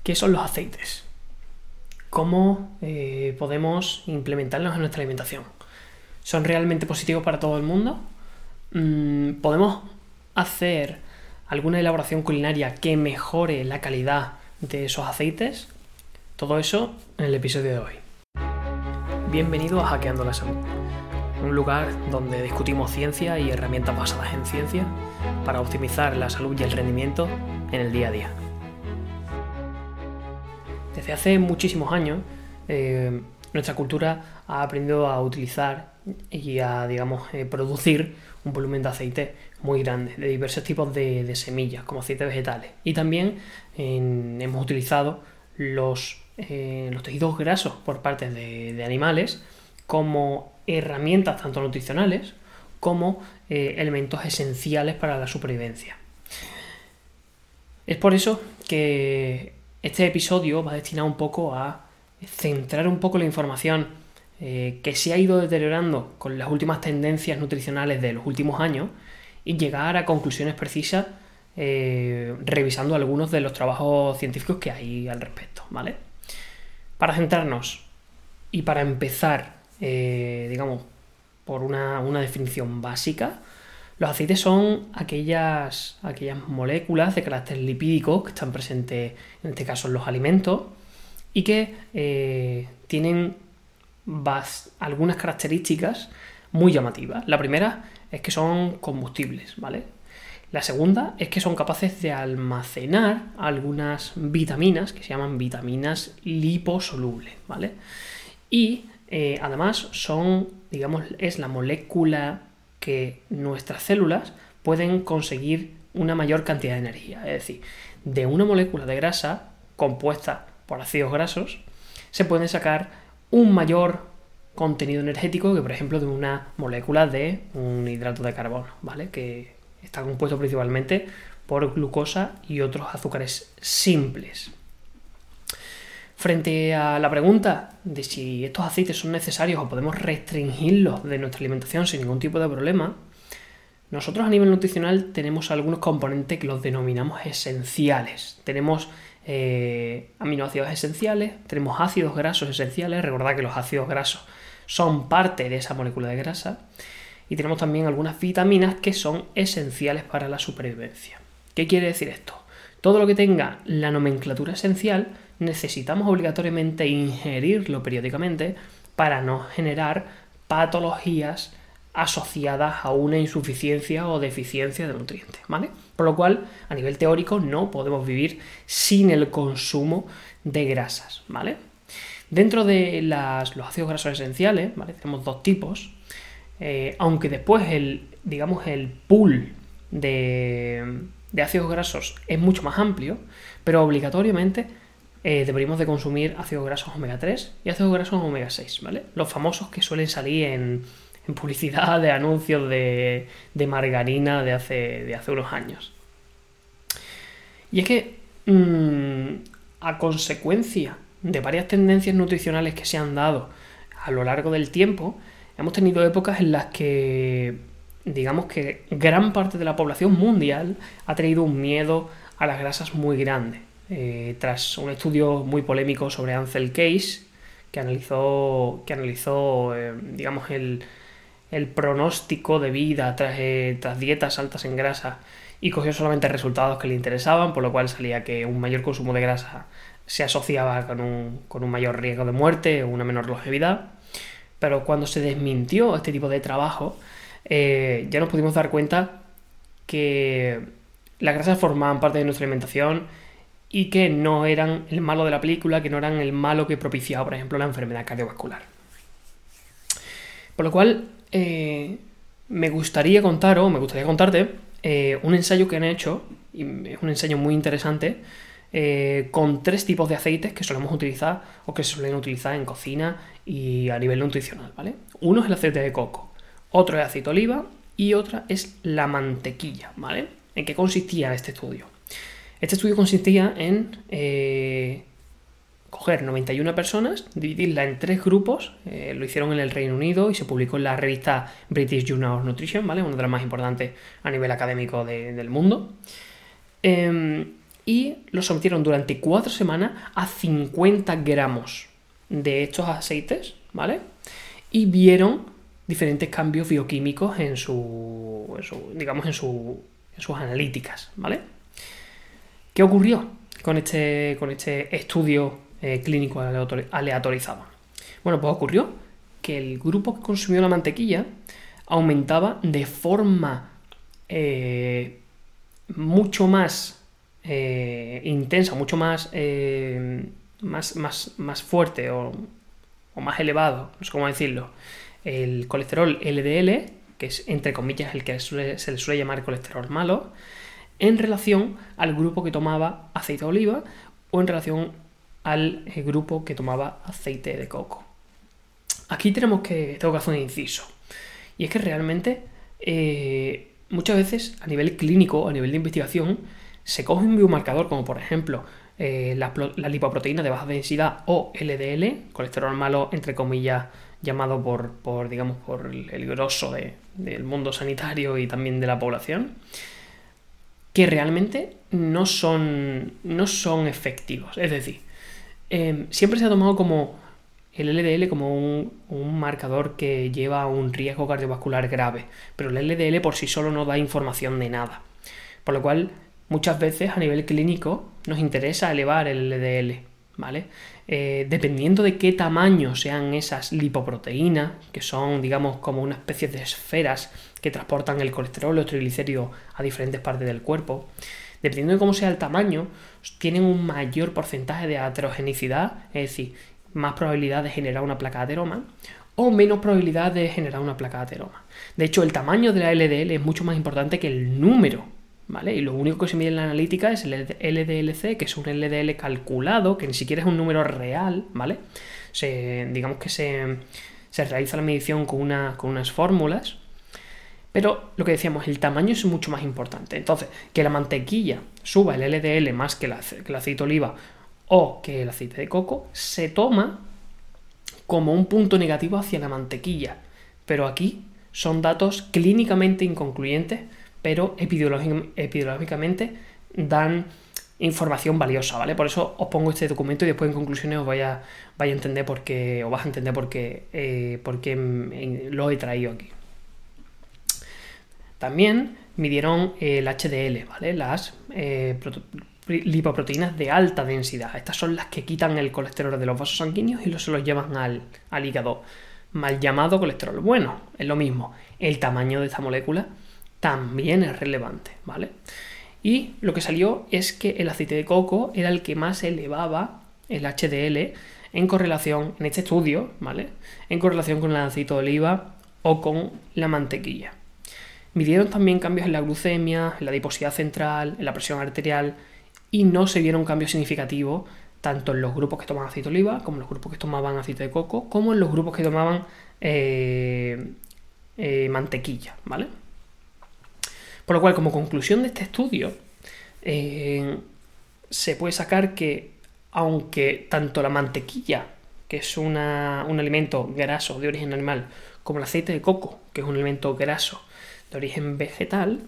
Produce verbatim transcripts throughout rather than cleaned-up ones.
¿Qué son los aceites? ¿Cómo eh, podemos implementarlos en nuestra alimentación? ¿Son realmente positivos para todo el mundo? Mm, ¿Podemos hacer alguna elaboración culinaria que mejore la calidad de esos aceites? Todo eso en el episodio de hoy. Bienvenido a Hackeando la Salud, un lugar donde discutimos ciencia y herramientas basadas en ciencia para optimizar la salud y el rendimiento en el día a día. Desde hace muchísimos años, eh, nuestra cultura ha aprendido a utilizar y a, digamos, eh, producir un volumen de aceite muy grande, de diversos tipos de, de semillas, como aceites vegetales. Y también en, hemos utilizado los, eh, los tejidos grasos por parte de, de animales como herramientas tanto nutricionales como eh, elementos esenciales para la supervivencia. Es por eso que este episodio va destinado un poco a centrar un poco la información eh, que se ha ido deteriorando con las últimas tendencias nutricionales de los últimos años y llegar a conclusiones precisas eh, revisando algunos de los trabajos científicos que hay al respecto, ¿vale? Para centrarnos y para empezar, eh, digamos, por una, una definición básica, los aceites son aquellas, aquellas moléculas de carácter lipídico que están presentes, en este caso, en los alimentos y que eh, tienen bas- algunas características muy llamativas. La primera es que son combustibles, ¿vale? La segunda es que son capaces de almacenar algunas vitaminas que se llaman vitaminas liposolubles, ¿vale? Y eh, además son, digamos, es la molécula que nuestras células pueden conseguir una mayor cantidad de energía. Es decir, de una molécula de grasa compuesta por ácidos grasos se puede sacar un mayor contenido energético que, por ejemplo, de una molécula de un hidrato de carbono, ¿vale? Que está compuesto principalmente por glucosa y otros azúcares simples. Frente a la pregunta de si estos aceites son necesarios o podemos restringirlos de nuestra alimentación sin ningún tipo de problema, nosotros a nivel nutricional tenemos algunos componentes que los denominamos esenciales. Tenemos eh, aminoácidos esenciales, tenemos ácidos grasos esenciales, recordad que los ácidos grasos son parte de esa molécula de grasa, y tenemos también algunas vitaminas que son esenciales para la supervivencia. ¿Qué quiere decir esto? Todo lo que tenga la nomenclatura esencial necesitamos obligatoriamente ingerirlo periódicamente para no generar patologías asociadas a una insuficiencia o deficiencia de nutrientes, ¿vale? Por lo cual, a nivel teórico, no podemos vivir sin el consumo de grasas, ¿vale? Dentro de las, los ácidos grasos esenciales, ¿vale? Tenemos dos tipos, eh, aunque después el, digamos, el pool de, de ácidos grasos es mucho más amplio, pero obligatoriamente Eh, deberíamos de consumir ácidos grasos omega tres y ácidos grasos omega seis, ¿vale? Los famosos que suelen salir en, en publicidad de anuncios de, de margarina de hace, de hace unos años. Y es que, mmm, a consecuencia de varias tendencias nutricionales que se han dado a lo largo del tiempo, hemos tenido épocas en las que, digamos que gran parte de la población mundial ha tenido un miedo a las grasas muy grande. Eh, tras un estudio muy polémico sobre Ansel Keys, que analizó, que analizó eh, digamos, el, el pronóstico de vida tras, eh, tras dietas altas en grasa y cogió solamente resultados que le interesaban, por lo cual salía que un mayor consumo de grasa se asociaba con un, con un mayor riesgo de muerte o una menor longevidad. Pero cuando se desmintió este tipo de trabajo, eh, ya nos pudimos dar cuenta que las grasas formaban parte de nuestra alimentación y que no eran el malo de la película, que no eran el malo que propiciaba, por ejemplo, la enfermedad cardiovascular. Por lo cual, eh, me gustaría contar, o me gustaría contarte, eh, un ensayo que han hecho, y es un ensayo muy interesante, eh, con tres tipos de aceites que solemos utilizar, o que se suelen utilizar en cocina y a nivel nutricional, ¿vale? Uno es el aceite de coco, otro es el aceite de oliva, y otra es la mantequilla, ¿vale? ¿En qué consistía este estudio? Este estudio consistía en eh, coger noventa y una personas, dividirla en tres grupos, eh, lo hicieron en el Reino Unido y se publicó en la revista British Journal of Nutrition, ¿vale? Una de las más importantes a nivel académico de, del mundo. Eh, y los sometieron durante cuatro semanas a cincuenta gramos de estos aceites, ¿vale? Y vieron diferentes cambios bioquímicos en su, en su digamos, en, su, en sus analíticas, ¿vale? ¿Qué ocurrió con este, con este estudio eh, clínico aleatorizado? Bueno, pues ocurrió que el grupo que consumió la mantequilla aumentaba de forma eh, mucho más eh, intensa, mucho más, eh, más, más, más fuerte o, o más elevado, no sé cómo decirlo, el colesterol L D L, que es entre comillas el que suele, se le suele llamar colesterol malo, en relación al grupo que tomaba aceite de oliva o en relación al grupo que tomaba aceite de coco. Aquí tenemos que, tengo que hacer un inciso. Y es que realmente eh, muchas veces a nivel clínico, a nivel de investigación, se coge un biomarcador como por ejemplo eh, la, la lipoproteína de baja densidad o L D L, colesterol malo entre comillas llamado por, por digamos, por el, el grosso de, del mundo sanitario y también de la población, que realmente no son, no son efectivos. Es decir, eh, siempre se ha tomado como el L D L como un, un marcador que lleva a un riesgo cardiovascular grave, pero el L D L por sí solo no da información de nada. Por lo cual, muchas veces a nivel clínico nos interesa elevar el L D L, ¿vale? Eh, dependiendo de qué tamaño sean esas lipoproteínas, que son, digamos, como una especie de esferas que transportan el colesterol o los triglicéridos a diferentes partes del cuerpo, dependiendo de cómo sea el tamaño, tienen un mayor porcentaje de aterogenicidad, es decir, más probabilidad de generar una placa de ateroma o menos probabilidad de generar una placa de ateroma. De hecho, el tamaño de la L D L es mucho más importante que el número, ¿vale? Y lo único que se mide en la analítica es el L D L C, que es un L D L calculado, que ni siquiera es un número real, ¿vale? Se, digamos que se, se realiza la medición con, una, con unas fórmulas, pero lo que decíamos, el tamaño es mucho más importante. Entonces, que la mantequilla suba el L D L más que, la, que el aceite de oliva o que el aceite de coco, se toma como un punto negativo hacia la mantequilla. Pero aquí son datos clínicamente inconcluyentes, pero epidemiológicamente dan información valiosa, ¿vale? Por eso os pongo este documento y después en conclusiones os vaya, vaya a entender por qué, o vas a entender por qué, eh, por qué lo he traído aquí. También midieron el H D L, ¿vale? Las eh, lipoproteínas de alta densidad. Estas son las que quitan el colesterol de los vasos sanguíneos y se los llevan al, al hígado. Mal llamado colesterol bueno, es lo mismo. El tamaño de esta molécula también es relevante, ¿vale? Y lo que salió es que el aceite de coco era el que más elevaba el H D L en correlación, en este estudio, ¿vale? En correlación con el aceite de oliva o con la mantequilla. Midieron también cambios en la glucemia, en la adiposidad central, en la presión arterial, y no se vieron cambios significativos tanto en los grupos que tomaban aceite de oliva, como en los grupos que tomaban aceite de coco, como en los grupos que tomaban eh, eh, mantequilla, ¿vale? Por lo cual, como conclusión de este estudio, eh, se puede sacar que, aunque tanto la mantequilla, que es una, un alimento graso de origen animal, como el aceite de coco, que es un alimento graso de origen vegetal,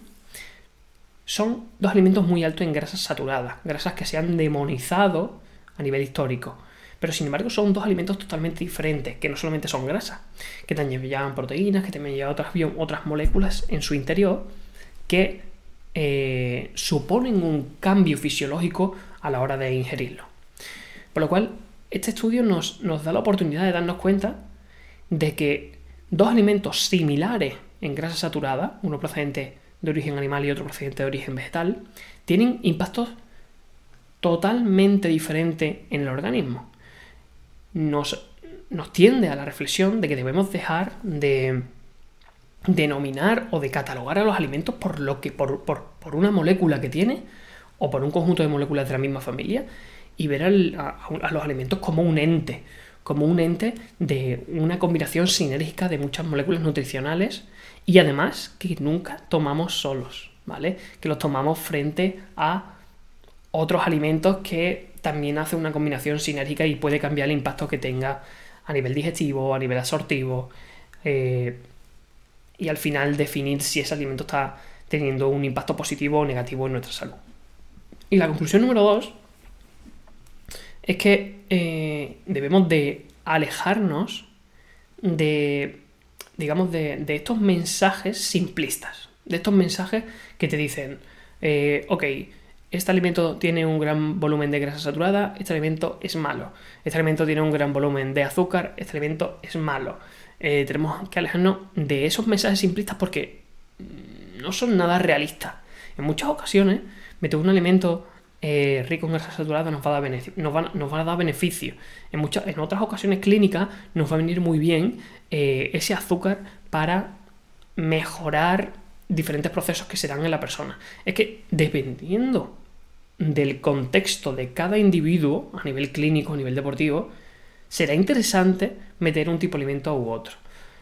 son dos alimentos muy altos en grasas saturadas, grasas que se han demonizado a nivel histórico. Pero sin embargo son dos alimentos totalmente diferentes, que no solamente son grasas, que también llevan proteínas, que también llevan otras, otras moléculas en su interior que eh, suponen un cambio fisiológico a la hora de ingerirlo. Por lo cual, este estudio nos, nos da la oportunidad de darnos cuenta de que dos alimentos similares en grasa saturada, uno procedente de origen animal y otro procedente de origen vegetal, tienen impactos totalmente diferentes en el organismo. Nos, nos tiende a la reflexión de que debemos dejar de denominar o de catalogar a los alimentos por, lo que, por, por, por una molécula que tiene o por un conjunto de moléculas de la misma familia y ver al, a, a los alimentos como un ente, como un ente de una combinación sinérgica de muchas moléculas nutricionales y además que nunca tomamos solos, ¿vale? Que los tomamos frente a otros alimentos que también hacen una combinación sinérgica y puede cambiar el impacto que tenga a nivel digestivo, a nivel absortivo, eh, y al final definir si ese alimento está teniendo un impacto positivo o negativo en nuestra salud. Y la conclusión número dos es que eh, debemos de alejarnos de, digamos, de, de estos mensajes simplistas, de estos mensajes que te dicen, eh, ok, este alimento tiene un gran volumen de grasa saturada, este alimento es malo, este alimento tiene un gran volumen de azúcar, este alimento es malo. Eh, tenemos que alejarnos de esos mensajes simplistas porque no son nada realistas. En muchas ocasiones, meter un alimento eh, rico en grasa saturada nos va a dar beneficio, nos va, nos va a dar beneficio. En, muchas, en otras ocasiones clínicas nos va a venir muy bien eh, ese azúcar para mejorar diferentes procesos que se dan en la persona. Es que dependiendo del contexto de cada individuo, a nivel clínico, a nivel deportivo, será interesante meter un tipo de alimento u otro.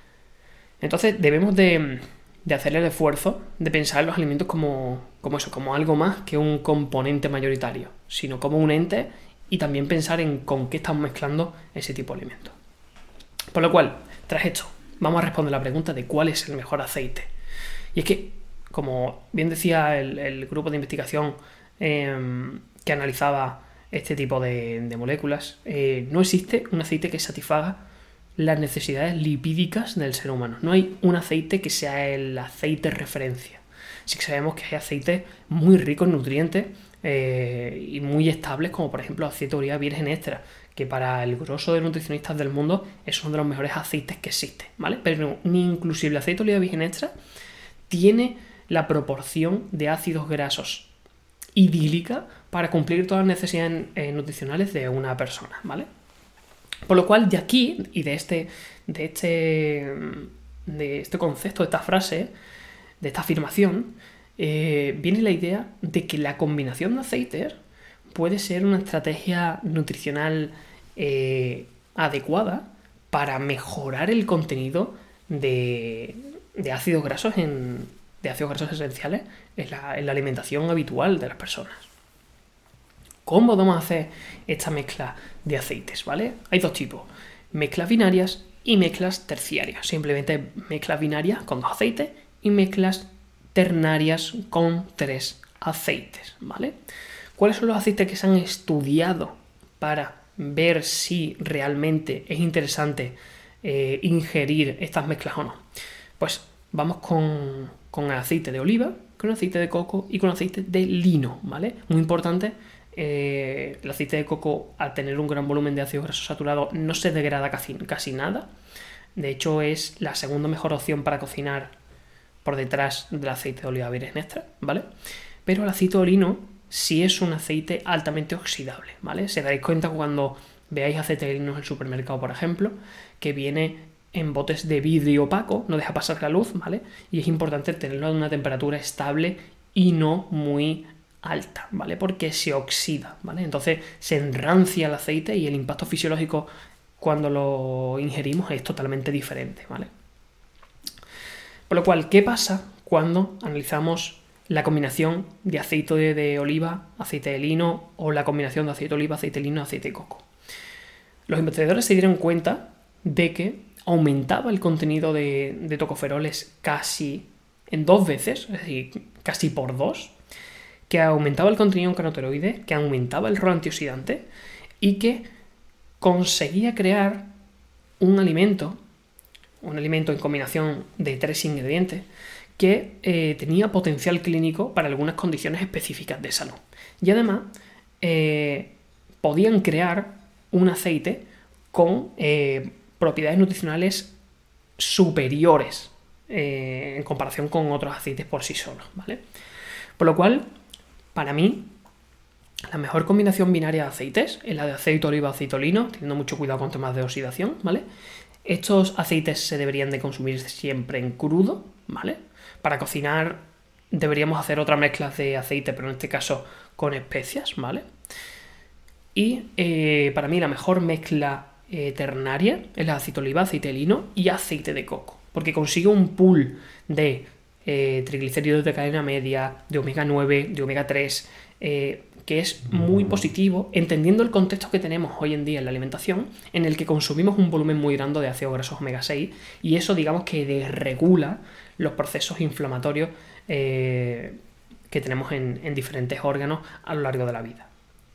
Entonces debemos de, de hacer el esfuerzo de pensar en los alimentos como, como eso, como algo más que un componente mayoritario, sino como un ente, y también pensar en con qué estamos mezclando ese tipo de alimentos. Por lo cual, tras esto, vamos a responder la pregunta de cuál es el mejor aceite. Y es que, como bien decía el, el grupo de investigación eh, que analizaba este tipo de, de moléculas, eh, no existe un aceite que satisfaga las necesidades lipídicas del ser humano. No hay un aceite que sea el aceite referencia. Sí que sabemos que hay aceites muy ricos en nutrientes eh, y muy estables, como por ejemplo aceite de oliva virgen extra, que para el grosso de nutricionistas del mundo es uno de los mejores aceites que existe, ¿vale? Pero ni inclusive el aceite de oliva virgen extra tiene la proporción de ácidos grasos idílica para cumplir todas las necesidades eh, nutricionales de una persona, ¿vale? Por lo cual, de aquí y de este, de este, de este concepto, de esta frase, de esta afirmación, eh, viene la idea de que la combinación de aceites puede ser una estrategia nutricional eh, adecuada para mejorar el contenido de, de ácidos grasos en, de ácidos grasos esenciales en la, en la alimentación habitual de las personas. ¿Cómo podemos hacer esta mezcla de aceites? ¿Vale? Hay dos tipos, mezclas binarias y mezclas terciarias. Simplemente mezclas binarias con dos aceites y mezclas ternarias con tres aceites, ¿vale? ¿Cuáles son los aceites que se han estudiado para ver si realmente es interesante eh, ingerir estas mezclas o no? Pues vamos con, con el aceite de oliva, con el aceite de coco y con el aceite de lino, ¿vale? Muy importante. Eh, el aceite de coco, al tener un gran volumen de ácido graso saturado, no se degrada casi, casi nada. De hecho, es la segunda mejor opción para cocinar por detrás del aceite de oliva virgen extra, ¿vale? Pero el aceite de lino sí es un aceite altamente oxidable, ¿vale? Se daréis cuenta cuando veáis aceite de lino en el supermercado, por ejemplo, que viene en botes de vidrio opaco, no deja pasar la luz, ¿vale? Y es importante tenerlo a una temperatura estable y no muy alta, ¿vale? Porque se oxida, ¿vale? Entonces se enrancia el aceite y el impacto fisiológico cuando lo ingerimos es totalmente diferente, ¿vale? Por lo cual, ¿qué pasa cuando analizamos la combinación de aceite de oliva, aceite de lino, o la combinación de aceite de oliva, aceite de lino, aceite de coco? Los investigadores se dieron cuenta de que aumentaba el contenido de, de tocoferoles casi en dos veces, es decir, casi por dos, que aumentaba el contenido en cannabinoides, que aumentaba el rol antioxidante y que conseguía crear un alimento, un alimento en combinación de tres ingredientes que eh, tenía potencial clínico para algunas condiciones específicas de salud. Y además eh, podían crear un aceite con eh, propiedades nutricionales superiores eh, en comparación con otros aceites por sí solos, ¿vale? Por lo cual, para mí, la mejor combinación binaria de aceites es la de aceite de oliva, aceite de lino, teniendo mucho cuidado con temas de oxidación, ¿vale? Estos aceites se deberían de consumir siempre en crudo, ¿vale? Para cocinar deberíamos hacer otra mezcla de aceite, pero en este caso con especias, ¿vale? Y eh, para mí la mejor mezcla eh, ternaria es la de aceite de oliva, aceite de lino y aceite de coco, porque consigue un pool de eh, triglicéridos de cadena media, de omega nueve, de omega tres, eh, que es muy positivo, entendiendo el contexto que tenemos hoy en día en la alimentación, en el que consumimos un volumen muy grande de ácidos grasos omega seis, y eso, digamos, que desregula los procesos inflamatorios eh, que tenemos en, en diferentes órganos a lo largo de la vida.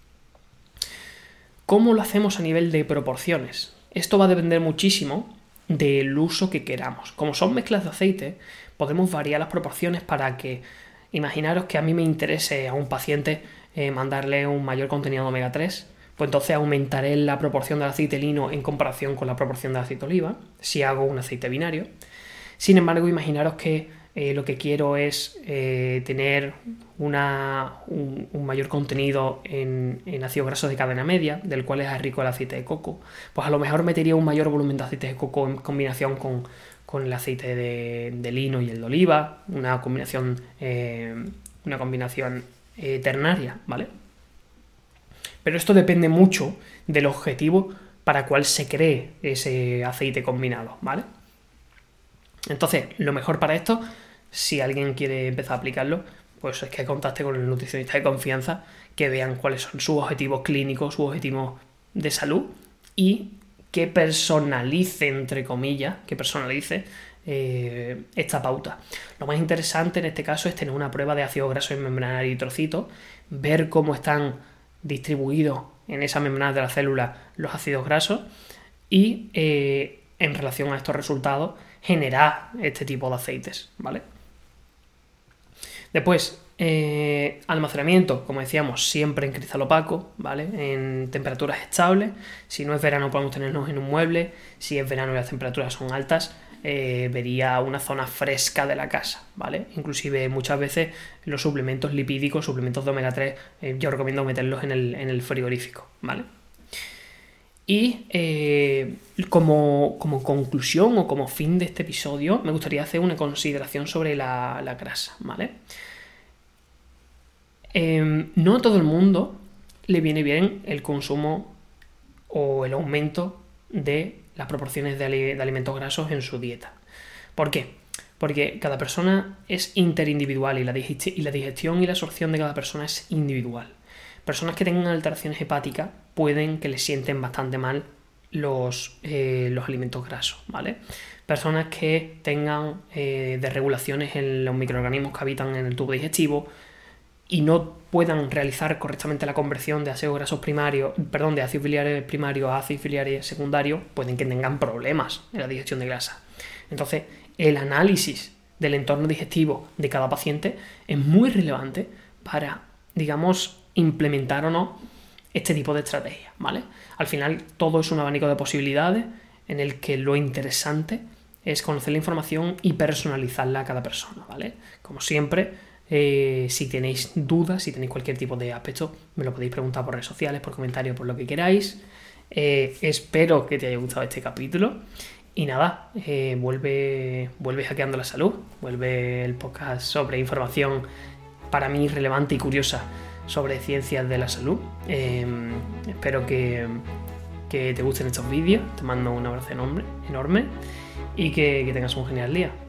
¿Cómo lo hacemos a nivel de proporciones? Esto va a depender muchísimo del uso que queramos. Como son mezclas de aceite, podemos variar las proporciones para que, imaginaros que a mí me interese a un paciente eh, mandarle un mayor contenido de omega tres, pues entonces aumentaré la proporción del aceite lino en comparación con la proporción del aceite de oliva, si hago un aceite binario. Sin embargo, imaginaros que Eh, lo que quiero es eh, tener una, un, un mayor contenido en, en ácidos grasos de cadena media, del cual es rico el aceite de coco. Pues a lo mejor metería un mayor volumen de aceite de coco en combinación con, con el aceite de, de lino y el de oliva, una combinación, eh, una combinación eh, ternaria, ¿vale? Pero esto depende mucho del objetivo para cual se cree ese aceite combinado, ¿vale? Entonces, lo mejor para esto, si alguien quiere empezar a aplicarlo, pues es que contacte con el nutricionista de confianza, que vean cuáles son sus objetivos clínicos, sus objetivos de salud y que personalice, entre comillas, que personalice eh, esta pauta. Lo más interesante en este caso es tener una prueba de ácidos grasos en membrana de eritrocitos, ver cómo están distribuidos en esa membrana de la célula los ácidos grasos y eh, en relación a estos resultados generar este tipo de aceites, ¿vale? Después, eh, almacenamiento, como decíamos, siempre en cristal opaco, ¿vale? En temperaturas estables. Si no es verano podemos tenernos en un mueble. Si es verano y las temperaturas son altas, eh, vería una zona fresca de la casa, ¿vale? Inclusive muchas veces los suplementos lipídicos, suplementos de omega tres, eh, yo recomiendo meterlos en el, en el frigorífico, ¿vale? Y eh, como, como conclusión o como fin de este episodio, me gustaría hacer una consideración sobre la, la grasa, ¿vale? Eh, no a todo el mundo le viene bien el consumo o el aumento de las proporciones de, de alimentos grasos en su dieta. ¿Por qué? Porque cada persona es interindividual y la, digesti- y la digestión y la absorción de cada persona es individual. Personas que tengan alteraciones hepáticas pueden que les sienten bastante mal los, eh, los alimentos grasos, ¿vale? Personas que tengan eh, desregulaciones en los microorganismos que habitan en el tubo digestivo y no puedan realizar correctamente la conversión de ácidos grasos primarios, perdón, de ácidos biliares primarios a ácidos biliares secundarios, pueden que tengan problemas en la digestión de grasa. Entonces, el análisis del entorno digestivo de cada paciente es muy relevante para, digamos, implementar o no este tipo de estrategias, ¿vale? Al final todo es un abanico de posibilidades en el que lo interesante es conocer la información y personalizarla a cada persona, ¿vale? Como siempre, eh, si tenéis dudas, si tenéis cualquier tipo de aspecto, me lo podéis preguntar por redes sociales, por comentarios, por lo que queráis. Eh, espero que te haya gustado este capítulo. Y nada, eh, vuelve, vuelve Hackeando la Salud, vuelve el podcast sobre información para mí relevante y curiosa sobre ciencias de la salud. Eh, espero que, que te gusten estos vídeos. Te mando un abrazo enorme, enorme y que, que tengas un genial día.